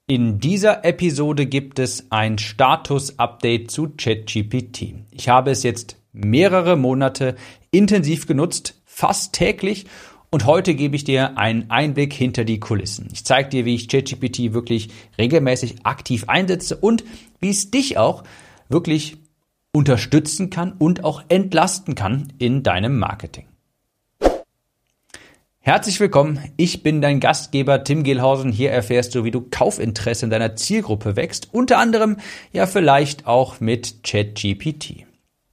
In dieser Episode gibt es ein Status-Update zu ChatGPT. Ich habe es jetzt mehrere Monate intensiv genutzt, fast täglich, und heute gebe ich dir einen Einblick hinter die Kulissen. Ich zeige dir, wie ich ChatGPT wirklich regelmäßig aktiv einsetze und wie es dich auch wirklich unterstützen kann und auch entlasten kann in deinem Marketing. Herzlich willkommen, ich bin dein Gastgeber Tim Gehlhausen. Hier erfährst du, wie du Kaufinteresse in deiner Zielgruppe wächst, unter anderem ja vielleicht auch mit ChatGPT.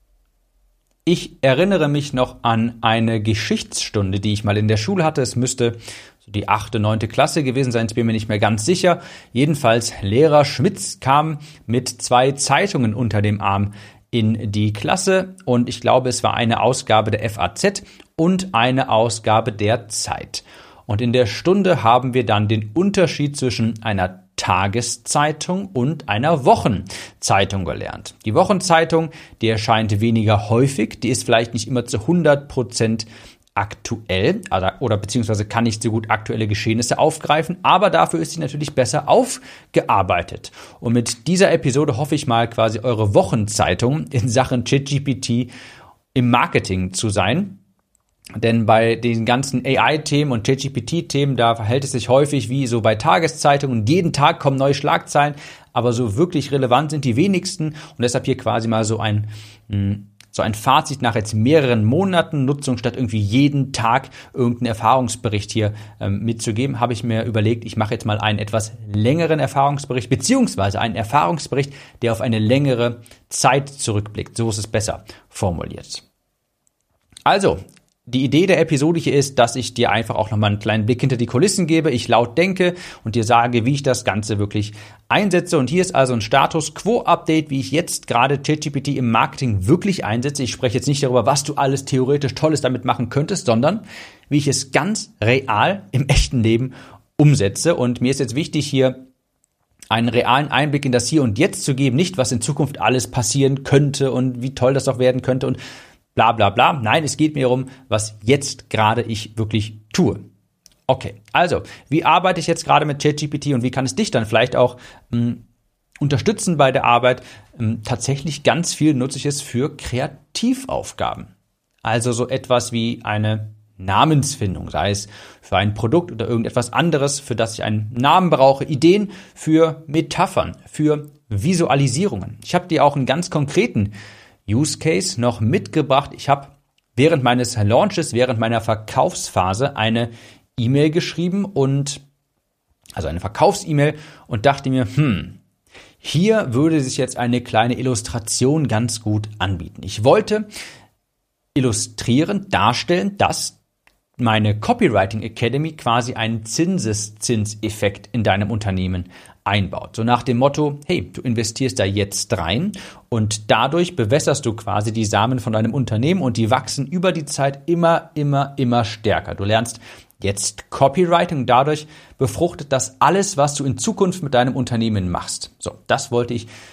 Ich erinnere mich noch an eine Geschichtsstunde, die ich mal in der Schule hatte. Es müsste so die 8., 9. Klasse gewesen sein, ich bin mir nicht mehr ganz sicher. Jedenfalls Lehrer Schmitz kam mit 2 Zeitungen unter dem Arm in die Klasse und ich glaube, es war eine Ausgabe der FAZ und eine Ausgabe der Zeit. Und in der Stunde haben wir dann den Unterschied zwischen einer Tageszeitung und einer Wochenzeitung gelernt. Die Wochenzeitung, die erscheint weniger häufig, die ist vielleicht nicht immer zu 100% aktuell oder beziehungsweise kann nicht so gut aktuelle Geschehnisse aufgreifen, aber dafür ist sie natürlich besser aufgearbeitet. Und mit dieser Episode hoffe ich mal quasi eure Wochenzeitung in Sachen ChatGPT im Marketing zu sein. Denn bei den ganzen AI-Themen und ChatGPT-Themen, da verhält es sich häufig wie so bei Tageszeitungen und jeden Tag kommen neue Schlagzeilen, aber so wirklich relevant sind die wenigsten und deshalb hier quasi mal so ein Fazit nach jetzt mehreren Monaten Nutzung, statt irgendwie jeden Tag irgendeinen Erfahrungsbericht hier mitzugeben, habe ich mir überlegt, ich mache jetzt mal einen etwas längeren Erfahrungsbericht, beziehungsweise einen Erfahrungsbericht, der auf eine längere Zeit zurückblickt. So ist es besser formuliert. Also, die Idee der Episode hier ist, dass ich dir einfach auch nochmal einen kleinen Blick hinter die Kulissen gebe, ich laut denke und dir sage, wie ich das Ganze wirklich einsetze. Und hier ist also ein Status-Quo-Update, wie ich jetzt gerade ChatGPT im Marketing wirklich einsetze. Ich spreche jetzt nicht darüber, was du alles theoretisch Tolles damit machen könntest, sondern wie ich es ganz real im echten Leben umsetze. Und mir ist jetzt wichtig, hier einen realen Einblick in das Hier und Jetzt zu geben, nicht was in Zukunft alles passieren könnte und wie toll das auch werden könnte und bla bla bla. Nein, es geht mir um, was jetzt gerade ich wirklich tue. Okay, also, wie arbeite ich jetzt gerade mit ChatGPT und wie kann es dich dann vielleicht auch unterstützen bei der Arbeit? Tatsächlich ganz viel nutze ich es für Kreativaufgaben. Also so etwas wie eine Namensfindung, sei es für ein Produkt oder irgendetwas anderes, für das ich einen Namen brauche, Ideen für Metaphern, für Visualisierungen. Ich habe dir auch einen ganz konkreten Use Case noch mitgebracht. Ich habe während meines Launches, während meiner Verkaufsphase eine E-Mail geschrieben also eine Verkaufs-E-Mail und dachte mir, hier würde sich jetzt eine kleine Illustration ganz gut anbieten. Ich wollte illustrieren, darstellen, dass meine Copywriting Academy quasi einen Zinseszinseffekt in deinem Unternehmen einbaut. So nach dem Motto, hey, du investierst da jetzt rein und dadurch bewässerst du quasi die Samen von deinem Unternehmen und die wachsen über die Zeit immer stärker. Du lernst jetzt Copywriting und dadurch befruchtet das alles, was du in Zukunft mit deinem Unternehmen machst. So, das war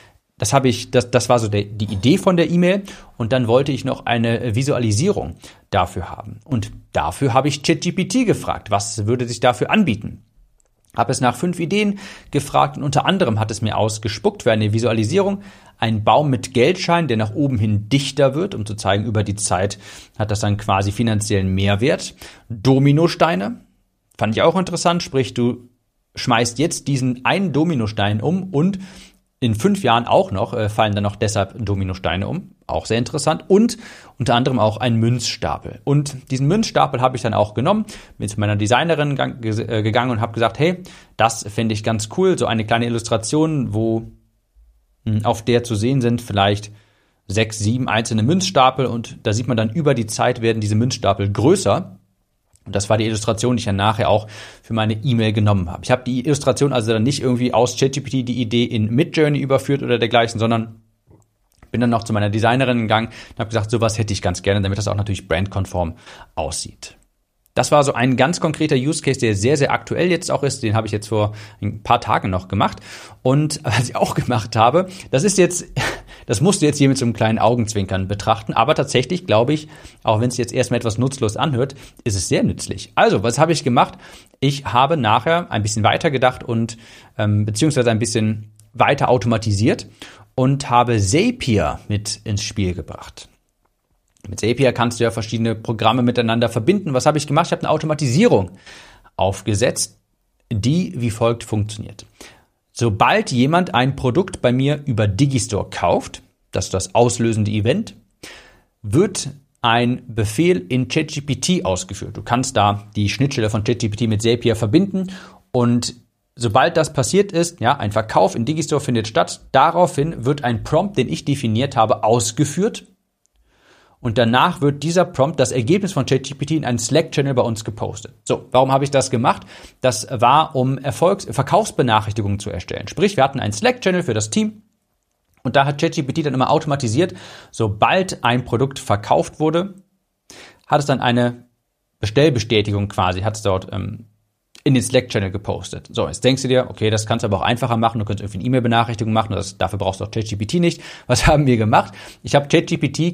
so die Idee von der E-Mail und dann wollte ich noch eine Visualisierung dafür haben. Und dafür habe ich ChatGPT gefragt, was würde sich dafür anbieten? Habe es nach 5 Ideen gefragt und unter anderem hat es mir ausgespuckt für eine Visualisierung ein Baum mit Geldschein, der nach oben hin dichter wird, um zu zeigen, über die Zeit hat das dann quasi finanziellen Mehrwert. Dominosteine, fand ich auch interessant, sprich du schmeißt jetzt diesen einen Dominostein um und in 5 Jahren auch noch fallen dann noch deshalb Dominosteine um. Auch sehr interessant. Und unter anderem auch ein Münzstapel. Und diesen Münzstapel habe ich dann auch genommen, mit meiner Designerin gegangen und habe gesagt, hey, das fände ich ganz cool. So eine kleine Illustration, auf der zu sehen sind vielleicht 6, 7 einzelne Münzstapel. Und da sieht man dann, über die Zeit werden diese Münzstapel größer. Und das war die Illustration, die ich dann nachher auch für meine E-Mail genommen habe. Ich habe die Illustration also dann nicht irgendwie aus ChatGPT die Idee in Midjourney überführt oder dergleichen, sondern bin dann noch zu meiner Designerin gegangen und habe gesagt, sowas hätte ich ganz gerne, damit das auch natürlich brandkonform aussieht. Das war so ein ganz konkreter Use Case, der sehr, sehr aktuell jetzt auch ist. Den habe ich jetzt vor ein paar Tagen noch gemacht. Und was ich auch gemacht habe, das musst du jetzt hier mit so einem kleinen Augenzwinkern betrachten. Aber tatsächlich glaube ich, auch wenn es jetzt erstmal etwas nutzlos anhört, ist es sehr nützlich. Also, was habe ich gemacht? Ich habe nachher ein bisschen weiter gedacht und beziehungsweise ein bisschen weiter automatisiert und habe Zapier mit ins Spiel gebracht. Mit Zapier kannst du ja verschiedene Programme miteinander verbinden. Was habe ich gemacht? Ich habe eine Automatisierung aufgesetzt, die wie folgt funktioniert. Sobald jemand ein Produkt bei mir über Digistore kauft, das ist das auslösende Event, wird ein Befehl in ChatGPT ausgeführt. Du kannst da die Schnittstelle von ChatGPT mit Zapier verbinden und sobald das passiert ist, ja, ein Verkauf in Digistore findet statt, daraufhin wird ein Prompt, den ich definiert habe, ausgeführt und danach wird dieser Prompt, das Ergebnis von ChatGPT, in einen Slack-Channel bei uns gepostet. So, warum habe ich das gemacht? Das war, um Verkaufsbenachrichtigungen zu erstellen. Sprich, wir hatten einen Slack-Channel für das Team und da hat ChatGPT dann immer automatisiert, sobald ein Produkt verkauft wurde, hat es dann eine Bestellbestätigung quasi, hat es dort in den Slack-Channel gepostet. So, jetzt denkst du dir, okay, das kannst du aber auch einfacher machen. Du könntest irgendwie eine E-Mail-Benachrichtigung machen. Dafür brauchst du auch ChatGPT nicht. Was haben wir gemacht? Ich habe ChatGPT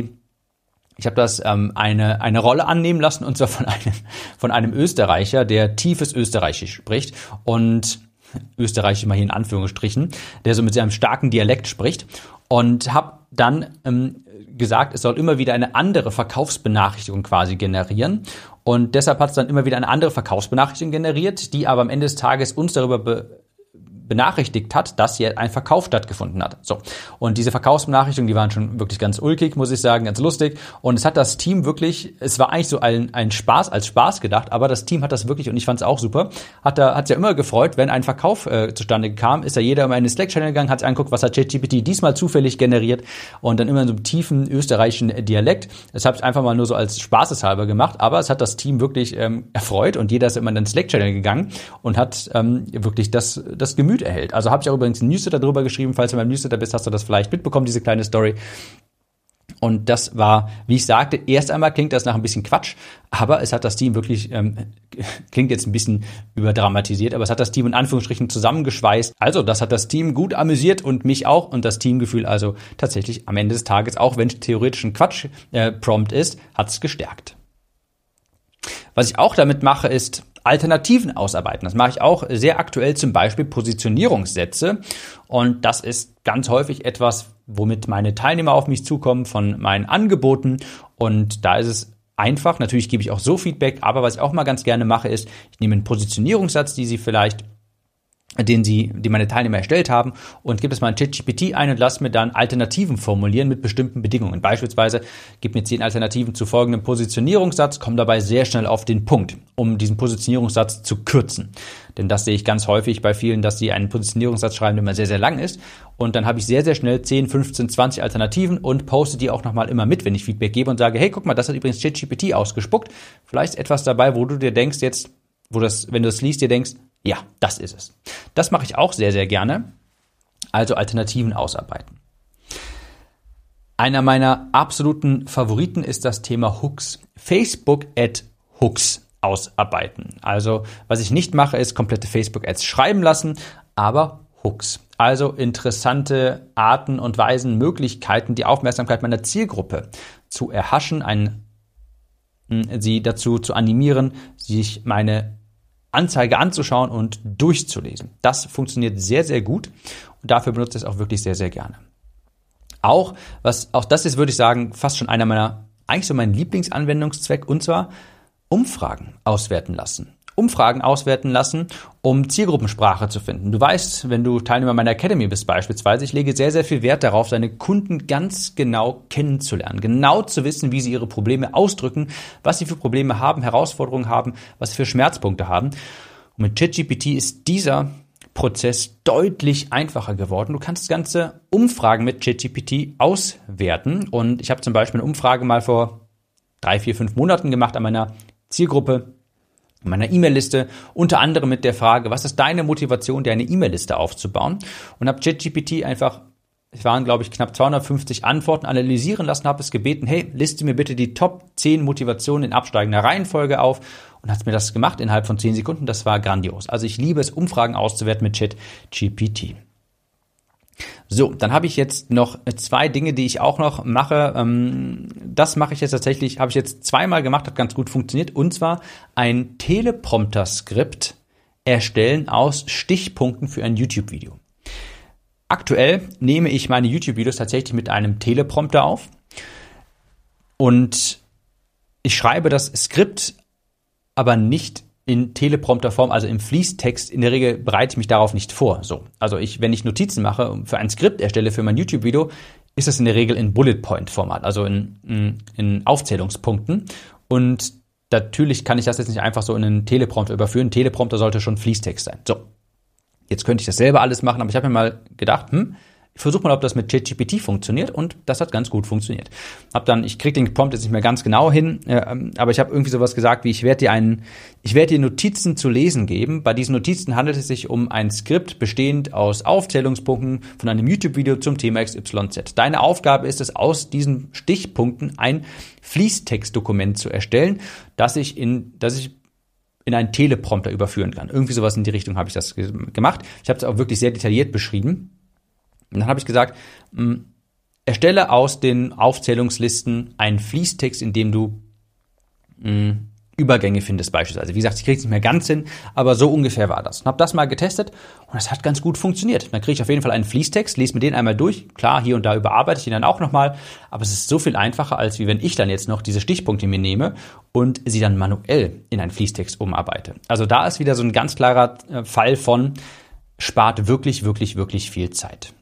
ich habe das eine Rolle annehmen lassen, und zwar von einem Österreicher, der tiefes Österreichisch spricht und Österreichisch mal hier in Anführungsstrichen, der so mit seinem starken Dialekt spricht, und habe dann gesagt, es soll immer wieder eine andere Verkaufsbenachrichtigung quasi generieren. Und deshalb hat es dann immer wieder eine andere Verkaufsbenachrichtigung generiert, die aber am Ende des Tages uns darüber benachrichtigt hat, dass hier ein Verkauf stattgefunden hat. So. Und diese Verkaufsbenachrichtigungen, die waren schon wirklich ganz ulkig, muss ich sagen, ganz lustig. Und es hat das Team wirklich, es war eigentlich so ein Spaß, als Spaß gedacht, aber das Team hat das wirklich, und ich fand es auch super, hat es ja immer gefreut, wenn ein Verkauf zustande kam, ist ja jeder immer in den Slack-Channel gegangen, hat sich angeguckt, was hat ChatGPT diesmal zufällig generiert, und dann immer in so einem tiefen österreichischen Dialekt. Das habe ich einfach mal nur so als spaßeshalber gemacht, aber es hat das Team wirklich erfreut, und jeder ist immer in den Slack-Channel gegangen und hat wirklich das Gemüt erhält. Also habe ich auch übrigens einen Newsletter darüber geschrieben. Falls du beim Newsletter bist, hast du das vielleicht mitbekommen, diese kleine Story. Und das war, wie ich sagte, erst einmal klingt das nach ein bisschen Quatsch, aber es hat das Team wirklich, klingt jetzt ein bisschen überdramatisiert, aber es hat das Team in Anführungsstrichen zusammengeschweißt. Also das hat das Team gut amüsiert und mich auch, und das Teamgefühl also tatsächlich am Ende des Tages, auch wenn es theoretisch ein Quatsch-Prompt ist, hat es gestärkt. Was ich auch damit mache, ist Alternativen ausarbeiten. Das mache ich auch sehr aktuell, zum Beispiel Positionierungssätze. Und das ist ganz häufig etwas, womit meine Teilnehmer auf mich zukommen von meinen Angeboten. Und da ist es einfach, natürlich gebe ich auch so Feedback, aber was ich auch mal ganz gerne mache, ist, ich nehme einen Positionierungssatz, die meine Teilnehmer erstellt haben, und gebe es mal in ChatGPT ein und lasse mir dann Alternativen formulieren mit bestimmten Bedingungen. Beispielsweise gib mir 10 Alternativen zu folgendem Positionierungssatz, komm dabei sehr schnell auf den Punkt, um diesen Positionierungssatz zu kürzen. Denn das sehe ich ganz häufig bei vielen, dass sie einen Positionierungssatz schreiben, der immer sehr, sehr lang ist. Und dann habe ich sehr, sehr schnell 10, 15, 20 Alternativen und poste die auch nochmal immer mit, wenn ich Feedback gebe, und sage, hey, guck mal, das hat übrigens ChatGPT ausgespuckt. Vielleicht ist etwas dabei, wo du dir denkst jetzt, wenn du das liest, dir denkst, ja, das ist es. Das mache ich auch sehr, sehr gerne. Also Alternativen ausarbeiten. Einer meiner absoluten Favoriten ist das Thema Hooks. Facebook-Ad-Hooks ausarbeiten. Also was ich nicht mache, ist komplette Facebook-Ads schreiben lassen, aber Hooks. Also interessante Arten und Weisen, Möglichkeiten, die Aufmerksamkeit meiner Zielgruppe zu erhaschen, sie dazu zu animieren, sich meine Anzeige anzuschauen und durchzulesen. Das funktioniert sehr, sehr gut, und dafür benutze ich es auch wirklich sehr, sehr gerne. Auch das ist, würde ich sagen, fast schon eigentlich so mein Lieblingsanwendungszweck, und zwar Umfragen auswerten lassen. Um Zielgruppensprache zu finden. Du weißt, wenn du Teilnehmer meiner Academy bist beispielsweise, ich lege sehr, sehr viel Wert darauf, deine Kunden ganz genau kennenzulernen, genau zu wissen, wie sie ihre Probleme ausdrücken, was sie für Probleme haben, Herausforderungen haben, was sie für Schmerzpunkte haben. Und mit ChatGPT ist dieser Prozess deutlich einfacher geworden. Du kannst ganze Umfragen mit ChatGPT auswerten, und ich habe zum Beispiel eine Umfrage mal vor 3, 4, 5 Monaten gemacht an meiner Zielgruppe, in meiner E-Mail-Liste, unter anderem mit der Frage, was ist deine Motivation, dir eine E-Mail-Liste aufzubauen? Und habe ChatGPT einfach, es waren, glaube ich, knapp 250 Antworten analysieren lassen, habe es gebeten, hey, liste mir bitte die Top 10 Motivationen in absteigender Reihenfolge auf, und hat mir das gemacht innerhalb von 10 Sekunden. Das war grandios. Also ich liebe es, Umfragen auszuwerten mit ChatGPT. So, dann habe ich jetzt noch 2 Dinge, die ich auch noch mache. Das mache ich jetzt tatsächlich, habe ich jetzt zweimal gemacht, hat ganz gut funktioniert. Und zwar ein Teleprompter-Skript erstellen aus Stichpunkten für ein YouTube-Video. Aktuell nehme ich meine YouTube-Videos tatsächlich mit einem Teleprompter auf und ich schreibe das Skript aber nicht in Teleprompterform, also im Fließtext. In der Regel bereite ich mich darauf nicht vor. So, also wenn ich Notizen mache, für ein Skript erstelle für mein YouTube-Video, ist das in der Regel in Bullet-Point-Format, also in Aufzählungspunkten. Und natürlich kann ich das jetzt nicht einfach so in einen Teleprompter überführen. Ein Teleprompter sollte schon Fließtext sein. So, jetzt könnte ich das selber alles machen, aber ich habe mir mal gedacht, ich versuche mal, ob das mit ChatGPT funktioniert, und das hat ganz gut funktioniert. Ich kriege den Prompt jetzt nicht mehr ganz genau hin, aber ich habe irgendwie sowas gesagt wie, ich werde dir Notizen zu lesen geben. Bei diesen Notizen handelt es sich um ein Skript bestehend aus Aufzählungspunkten von einem YouTube-Video zum Thema XYZ. Deine Aufgabe ist es, aus diesen Stichpunkten ein Fließtextdokument zu erstellen, das ich in einen Teleprompter überführen kann. Irgendwie sowas in die Richtung habe ich das gemacht. Ich habe es auch wirklich sehr detailliert beschrieben. Und dann habe ich gesagt, erstelle aus den Aufzählungslisten einen Fließtext, in dem du Übergänge findest beispielsweise. Wie gesagt, ich kriege es nicht mehr ganz hin, aber so ungefähr war das. Und habe das mal getestet und das hat ganz gut funktioniert. Dann kriege ich auf jeden Fall einen Fließtext, lese mir den einmal durch. Klar, hier und da überarbeite ich ihn dann auch nochmal, aber es ist so viel einfacher, als wie wenn ich dann jetzt noch diese Stichpunkte mir nehme und sie dann manuell in einen Fließtext umarbeite. Also da ist wieder so ein ganz klarer Fall von, spart wirklich, wirklich, wirklich viel Zeit.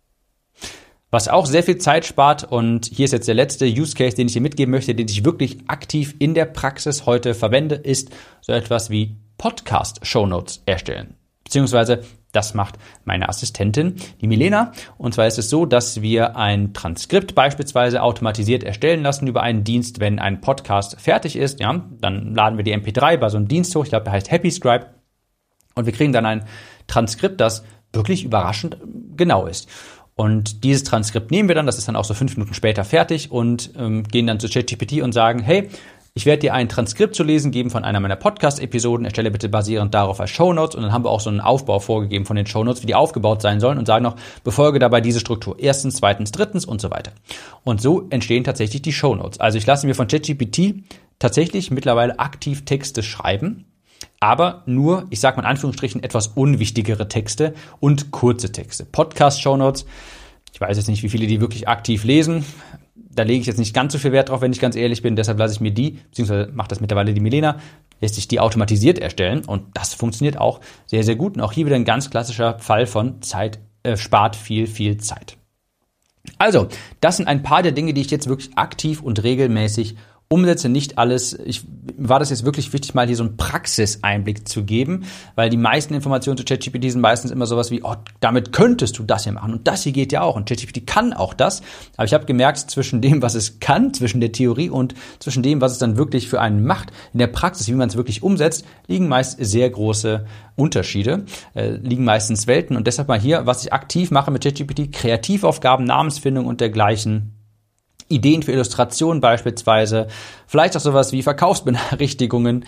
Was auch sehr viel Zeit spart, und hier ist jetzt der letzte Use Case, den ich dir mitgeben möchte, den ich wirklich aktiv in der Praxis heute verwende, ist so etwas wie Podcast-Shownotes erstellen. Beziehungsweise das macht meine Assistentin, die Milena. Und zwar ist es so, dass wir ein Transkript beispielsweise automatisiert erstellen lassen über einen Dienst, wenn ein Podcast fertig ist. Ja, dann laden wir die MP3 bei so einem Dienst hoch, ich glaube, der heißt HappyScribe. Und wir kriegen dann ein Transkript, das wirklich überraschend genau ist. Und dieses Transkript nehmen wir dann, das ist dann auch so 5 Minuten später fertig, und gehen dann zu ChatGPT und sagen, hey, ich werde dir ein Transkript zu lesen geben von einer meiner Podcast-Episoden, erstelle bitte basierend darauf als Shownotes, und dann haben wir auch so einen Aufbau vorgegeben von den Shownotes, wie die aufgebaut sein sollen, und sagen noch, befolge dabei diese Struktur. 1., 2., 3. und so weiter. Und so entstehen tatsächlich die Shownotes. Also ich lasse mir von ChatGPT tatsächlich mittlerweile aktiv Texte schreiben, aber nur, ich sage mal in Anführungsstrichen, etwas unwichtigere Texte und kurze Texte. Podcast-Shownotes, ich weiß jetzt nicht, wie viele die wirklich aktiv lesen. Da lege ich jetzt nicht ganz so viel Wert drauf, wenn ich ganz ehrlich bin. Deshalb lasse ich mir beziehungsweise macht das mittlerweile die Milena, lässt sich die automatisiert erstellen. Und das funktioniert auch sehr, sehr gut. Und auch hier wieder ein ganz klassischer Fall von Zeit, spart viel, viel Zeit. Also, das sind ein paar der Dinge, die ich jetzt wirklich aktiv und regelmäßig umsetze. Nicht alles. War das jetzt wirklich wichtig, mal hier so einen Praxiseinblick zu geben, weil die meisten Informationen zu ChatGPT sind meistens immer sowas wie, damit könntest du das hier machen und das hier geht ja auch, und ChatGPT kann auch das. Aber ich habe gemerkt, zwischen dem, was es kann, zwischen der Theorie und zwischen dem, was es dann wirklich für einen macht, in der Praxis, wie man es wirklich umsetzt, liegen meist sehr große Unterschiede, liegen meistens Welten. Und deshalb mal hier, was ich aktiv mache mit ChatGPT: Kreativaufgaben, Namensfindung und dergleichen. Ideen für Illustrationen beispielsweise, vielleicht auch sowas wie Verkaufsbenachrichtigungen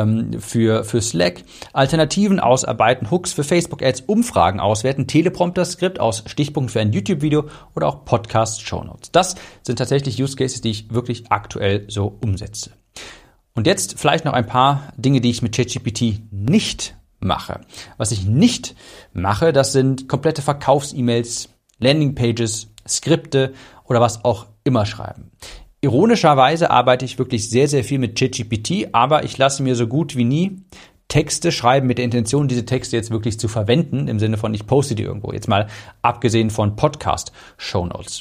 für Slack, Alternativen ausarbeiten, Hooks für Facebook-Ads, Umfragen auswerten, Teleprompter-Skript aus Stichpunkten für ein YouTube-Video oder auch Podcast-Shownotes. Das sind tatsächlich Use Cases, die ich wirklich aktuell so umsetze. Und jetzt vielleicht noch ein paar Dinge, die ich mit ChatGPT nicht mache. Was ich nicht mache, das sind komplette Verkaufs-E-Mails, Landingpages, Skripte oder was auch immer schreiben. Ironischerweise arbeite ich wirklich sehr, sehr viel mit ChatGPT, aber ich lasse mir so gut wie nie Texte schreiben mit der Intention, diese Texte jetzt wirklich zu verwenden, im Sinne von, ich poste die irgendwo. Jetzt mal abgesehen von Podcast-Shownotes.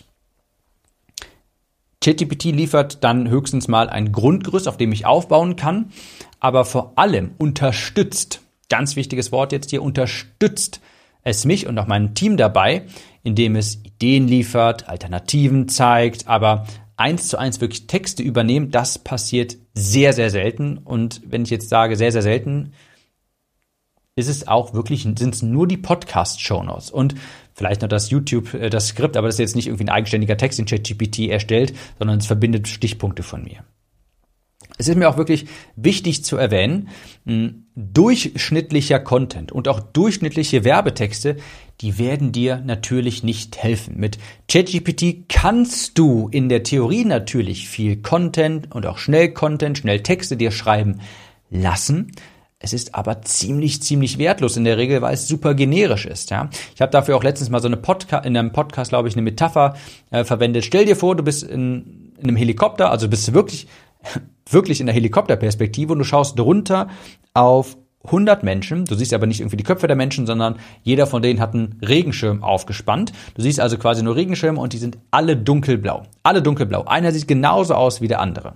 ChatGPT liefert dann höchstens mal ein Grundgerüst, auf dem ich aufbauen kann, aber vor allem unterstützt, ganz wichtiges Wort jetzt hier, unterstützt es mich und auch mein Team dabei, indem es Ideen liefert, Alternativen zeigt, aber 1:1 wirklich Texte übernehmen, das passiert sehr, sehr selten. Und wenn ich jetzt sage sehr, sehr selten, sind es nur die Podcast-Shownotes und vielleicht noch das Skript, aber das ist jetzt nicht irgendwie ein eigenständiger Text, den ChatGPT erstellt, sondern es verbindet Stichpunkte von mir. Es ist mir auch wirklich wichtig zu erwähnen, durchschnittlicher Content und auch durchschnittliche Werbetexte, die werden dir natürlich nicht helfen. Mit ChatGPT kannst du in der Theorie natürlich viel Content und auch schnell Texte dir schreiben lassen. Es ist aber ziemlich wertlos in der Regel, weil es super generisch ist. Ja? Ich habe dafür auch letztens mal so in einem Podcast, glaube ich, eine Metapher verwendet. Stell dir vor, du bist in einem Helikopter, also bist du wirklich in der Helikopterperspektive und du schaust runter auf 100 Menschen. Du siehst aber nicht irgendwie die Köpfe der Menschen, sondern jeder von denen hat einen Regenschirm aufgespannt. Du siehst also quasi nur Regenschirme und die sind alle dunkelblau. Alle dunkelblau. Einer sieht genauso aus wie der andere.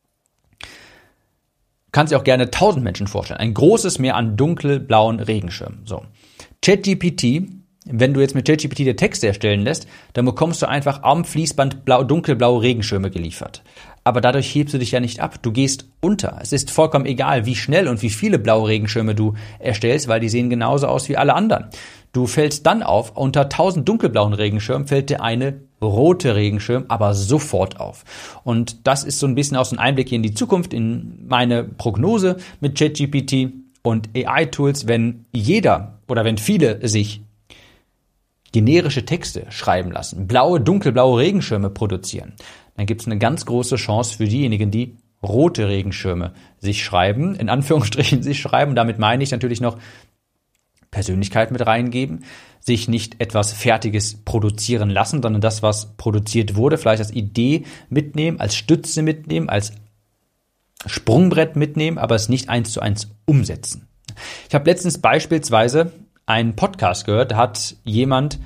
Du kannst dir auch gerne 1000 Menschen vorstellen. Ein großes Meer an dunkelblauen Regenschirmen. So. ChatGPT, wenn du jetzt mit ChatGPT dir Texte erstellen lässt, dann bekommst du einfach am Fließband dunkelblaue Regenschirme geliefert. Aber dadurch hebst du dich ja nicht ab. Du gehst unter. Es ist vollkommen egal, wie schnell und wie viele blaue Regenschirme du erstellst, weil die sehen genauso aus wie alle anderen. Du fällst dann auf, unter 1000 dunkelblauen Regenschirmen fällt dir eine rote Regenschirm aber sofort auf. Und das ist so ein bisschen auch so ein Einblick in die Zukunft, in meine Prognose mit ChatGPT und AI-Tools, wenn jeder oder wenn viele sich generische Texte schreiben lassen, dunkelblaue Regenschirme produzieren, dann gibt es eine ganz große Chance für diejenigen, die rote Regenschirme sich schreiben, in Anführungsstrichen sich schreiben. Damit meine ich natürlich noch Persönlichkeit mit reingeben, sich nicht etwas Fertiges produzieren lassen, sondern das, was produziert wurde, vielleicht als Idee mitnehmen, als Stütze mitnehmen, als Sprungbrett mitnehmen, aber es nicht 1:1 umsetzen. Ich habe letztens beispielsweise einen Podcast gehört, da hat jemand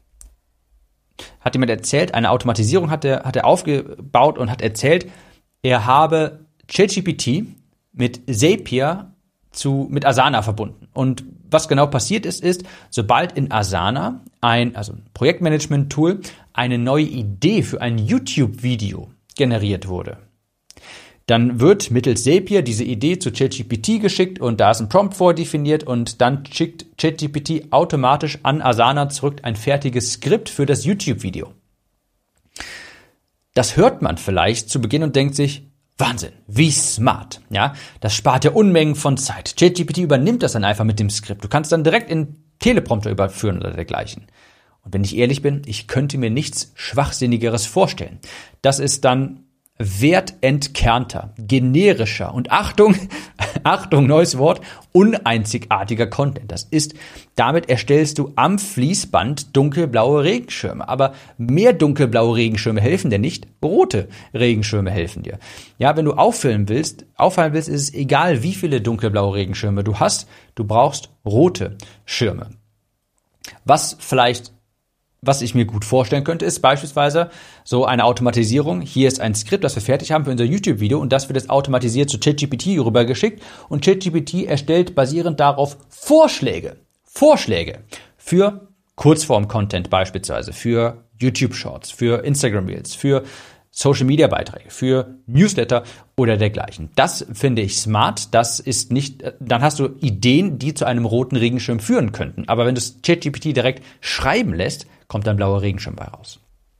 erzählt, eine Automatisierung hat er aufgebaut und hat erzählt, er habe ChatGPT mit Zapier mit Asana verbunden. Und was genau passiert ist, sobald in Asana ein Projektmanagement-Tool, eine neue Idee für ein YouTube-Video generiert wurde, dann wird mittels Zapier diese Idee zu ChatGPT geschickt und da ist ein Prompt vordefiniert und dann schickt ChatGPT automatisch an Asana zurück ein fertiges Skript für das YouTube-Video. Das hört man vielleicht zu Beginn und denkt sich, Wahnsinn, wie smart. Ja, das spart ja Unmengen von Zeit. ChatGPT übernimmt das dann einfach mit dem Skript. Du kannst dann direkt in Teleprompter überführen oder dergleichen. Und wenn ich ehrlich bin, ich könnte mir nichts Schwachsinnigeres vorstellen. Das ist dann wertentkernter, generischer und Achtung, neues Wort, uneinzigartiger Content. Damit erstellst du am Fließband dunkelblaue Regenschirme. Aber mehr dunkelblaue Regenschirme helfen dir nicht, rote Regenschirme helfen dir. Ja, wenn du auffallen willst, ist es egal, wie viele dunkelblaue Regenschirme du hast, du brauchst rote Schirme. Was ich mir gut vorstellen könnte, ist beispielsweise so eine Automatisierung. Hier ist ein Skript, das wir fertig haben für unser YouTube-Video und das wird jetzt automatisiert zu ChatGPT rübergeschickt und ChatGPT erstellt basierend darauf Vorschläge für Kurzform-Content beispielsweise, für YouTube-Shorts, für Instagram-Reels, für Social-Media-Beiträge, für Newsletter oder dergleichen. Das finde ich smart. Dann hast du Ideen, die zu einem roten Regenschirm führen könnten. Aber wenn du es ChatGPT direkt schreiben lässt, kommt ein blauer Regenschirm bei raus.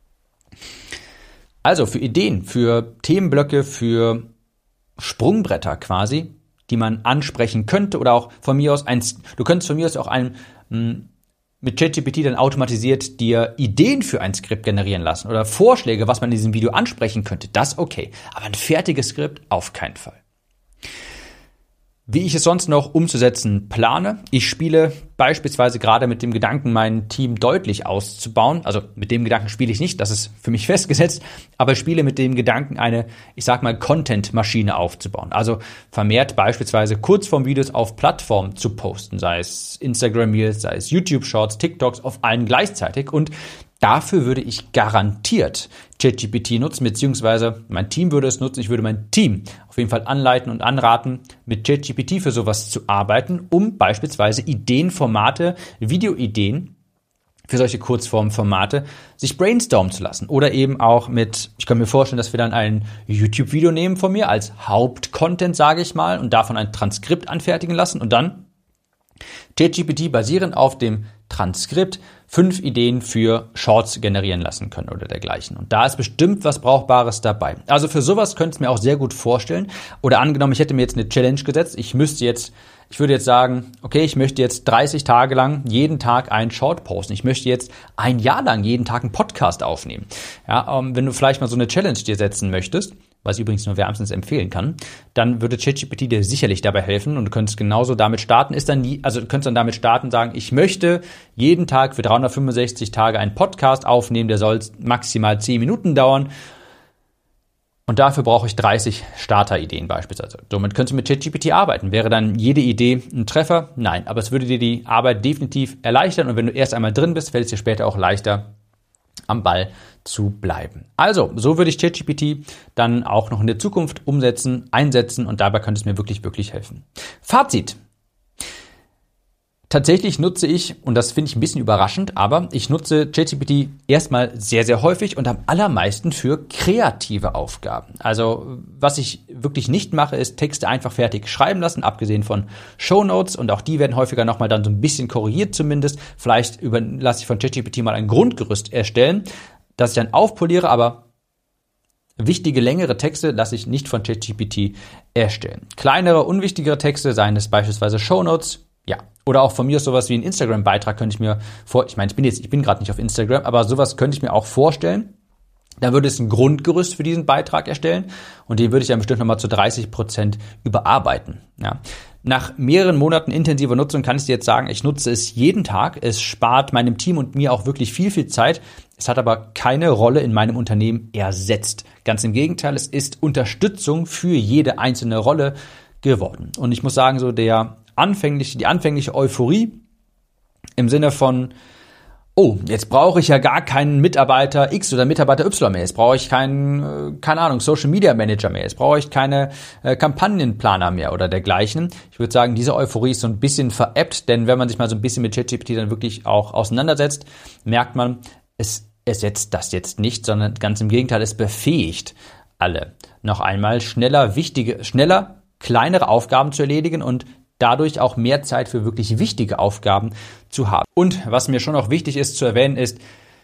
Also für Ideen, für Themenblöcke, für Sprungbretter quasi, die man ansprechen könnte oder auch von mir aus du könntest von mir aus auch mit ChatGPT dann automatisiert dir Ideen für ein Skript generieren lassen oder Vorschläge, was man in diesem Video ansprechen könnte. Das okay, aber ein fertiges Skript auf keinen Fall. Wie ich es sonst noch umzusetzen plane, ich spiele beispielsweise gerade mit dem Gedanken, mein Team deutlich auszubauen. Also mit dem Gedanken spiele ich nicht, das ist für mich festgesetzt, aber ich spiele mit dem Gedanken, eine, Content-Maschine aufzubauen. Also vermehrt beispielsweise Kurzform-Videos auf Plattformen zu posten, sei es Instagram Reels, sei es YouTube-Shorts, TikToks, auf allen gleichzeitig. Und dafür würde ich garantiert ChatGPT nutzen, beziehungsweise mein Team würde es nutzen. Ich würde mein Team auf jeden Fall anleiten und anraten, mit ChatGPT für sowas zu arbeiten, um beispielsweise Ideenformate, Videoideen für solche Kurzformformate sich brainstormen zu lassen. Oder eben auch ich kann mir vorstellen, dass wir dann ein YouTube-Video nehmen von mir als Hauptcontent, sage ich mal, und davon ein Transkript anfertigen lassen und dann ChatGPT basierend auf dem Transkript 5 Ideen für Shorts generieren lassen können oder dergleichen. Und da ist bestimmt was Brauchbares dabei. Also für sowas könnte ich mir auch sehr gut vorstellen. Oder angenommen, ich hätte mir jetzt eine Challenge gesetzt, ich müsste jetzt Ich würde jetzt sagen, okay, ich möchte jetzt 30 Tage lang jeden Tag einen Short posten. Ich möchte jetzt ein Jahr lang jeden Tag einen Podcast aufnehmen. Ja, wenn du vielleicht mal so eine Challenge dir setzen möchtest, was ich übrigens nur wärmstens empfehlen kann, dann würde ChatGPT dir sicherlich dabei helfen und du könntest genauso damit starten. Du könntest dann damit starten, sagen, ich möchte jeden Tag für 365 Tage einen Podcast aufnehmen, der soll maximal 10 Minuten dauern. Und dafür brauche ich 30 Starterideen beispielsweise. Somit könntest du mit ChatGPT arbeiten. Wäre dann jede Idee ein Treffer? Nein, aber es würde dir die Arbeit definitiv erleichtern. Und wenn du erst einmal drin bist, fällt es dir später auch leichter, am Ball zu bleiben. Also, so würde ich ChatGPT dann auch noch in der Zukunft einsetzen und dabei könnte es mir wirklich, wirklich helfen. Fazit. Tatsächlich nutze ich, und das finde ich ein bisschen überraschend, aber ich nutze ChatGPT erstmal sehr, sehr häufig und am allermeisten für kreative Aufgaben. Also was ich wirklich nicht mache, ist Texte einfach fertig schreiben lassen, abgesehen von Shownotes, und auch die werden häufiger nochmal dann so ein bisschen korrigiert zumindest. Vielleicht lasse ich von ChatGPT mal ein Grundgerüst erstellen, das ich dann aufpoliere, aber wichtige, längere Texte lasse ich nicht von ChatGPT erstellen. Kleinere, unwichtigere Texte, seien es beispielsweise Shownotes, ja, oder auch von mir sowas wie ein Instagram-Beitrag könnte ich mir ich bin gerade nicht auf Instagram, aber sowas könnte ich mir auch vorstellen. Da würde es ein Grundgerüst für diesen Beitrag erstellen und den würde ich dann bestimmt nochmal zu 30% überarbeiten. Ja. Nach mehreren Monaten intensiver Nutzung kann ich dir jetzt sagen, ich nutze es jeden Tag. Es spart meinem Team und mir auch wirklich viel, viel Zeit. Es hat aber keine Rolle in meinem Unternehmen ersetzt. Ganz im Gegenteil, es ist Unterstützung für jede einzelne Rolle geworden. Und ich muss sagen, so die anfängliche Euphorie im Sinne von, oh, jetzt brauche ich ja gar keinen Mitarbeiter X oder Mitarbeiter Y mehr. Jetzt brauche ich keinen, Social Media Manager mehr. Jetzt brauche ich keine Kampagnenplaner mehr oder dergleichen. Ich würde sagen, diese Euphorie ist so ein bisschen veräppt, denn wenn man sich mal so ein bisschen mit ChatGPT dann wirklich auch auseinandersetzt, merkt man, es ersetzt das jetzt nicht, sondern ganz im Gegenteil, es befähigt alle noch einmal schneller, kleinere Aufgaben zu erledigen und dadurch auch mehr Zeit für wirklich wichtige Aufgaben zu haben. Und was mir schon auch wichtig ist zu erwähnen ist,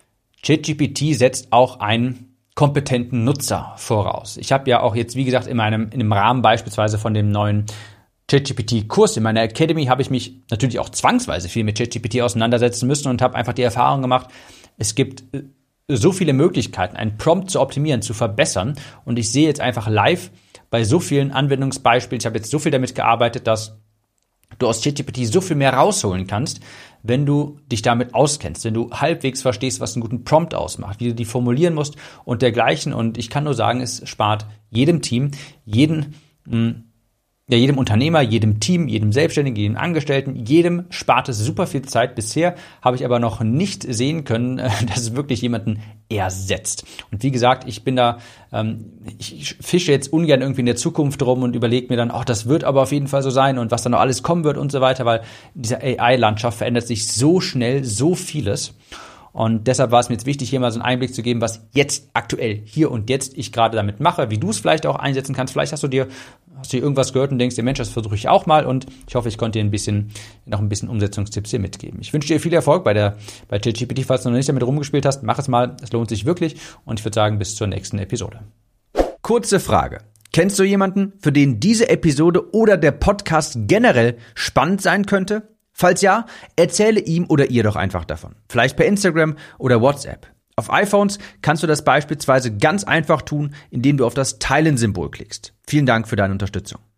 ChatGPT setzt auch einen kompetenten Nutzer voraus. Ich habe ja auch jetzt, wie gesagt, in einem Rahmen beispielsweise von dem neuen ChatGPT-Kurs in meiner Academy habe ich mich natürlich auch zwangsweise viel mit ChatGPT auseinandersetzen müssen und habe einfach die Erfahrung gemacht, es gibt so viele Möglichkeiten, einen Prompt zu optimieren, zu verbessern. Und ich sehe jetzt einfach live bei so vielen Anwendungsbeispielen, ich habe jetzt so viel damit gearbeitet, dass du aus ChatGPT so viel mehr rausholen kannst, wenn du dich damit auskennst, wenn du halbwegs verstehst, was einen guten Prompt ausmacht, wie du die formulieren musst und dergleichen. Und ich kann nur sagen, es spart jedem Team, jedem Unternehmer, jedem Team, jedem Selbstständigen, jedem Angestellten, jedem spart es super viel Zeit. Bisher habe ich aber noch nicht sehen können, dass es wirklich jemanden ersetzt. Und wie gesagt, ich fische jetzt ungern irgendwie in der Zukunft rum und überlege mir dann, das wird aber auf jeden Fall so sein und was dann noch alles kommen wird und so weiter, weil in dieser AI-Landschaft verändert sich so schnell so vieles. Und deshalb war es mir jetzt wichtig, hier mal so einen Einblick zu geben, was jetzt aktuell, hier und jetzt ich gerade damit mache, wie du es vielleicht auch einsetzen kannst. Vielleicht hast du dir irgendwas gehört und denkst dir, Mensch, das versuche ich auch mal, und ich hoffe, ich konnte dir noch ein bisschen Umsetzungstipps hier mitgeben. Ich wünsche dir viel Erfolg bei ChatGPT. Falls du noch nicht damit rumgespielt hast, mach es mal. Es lohnt sich wirklich, und ich würde sagen, bis zur nächsten Episode. Kurze Frage. Kennst du jemanden, für den diese Episode oder der Podcast generell spannend sein könnte? Falls ja, erzähle ihm oder ihr doch einfach davon. Vielleicht per Instagram oder WhatsApp. Auf iPhones kannst du das beispielsweise ganz einfach tun, indem du auf das Teilen-Symbol klickst. Vielen Dank für deine Unterstützung.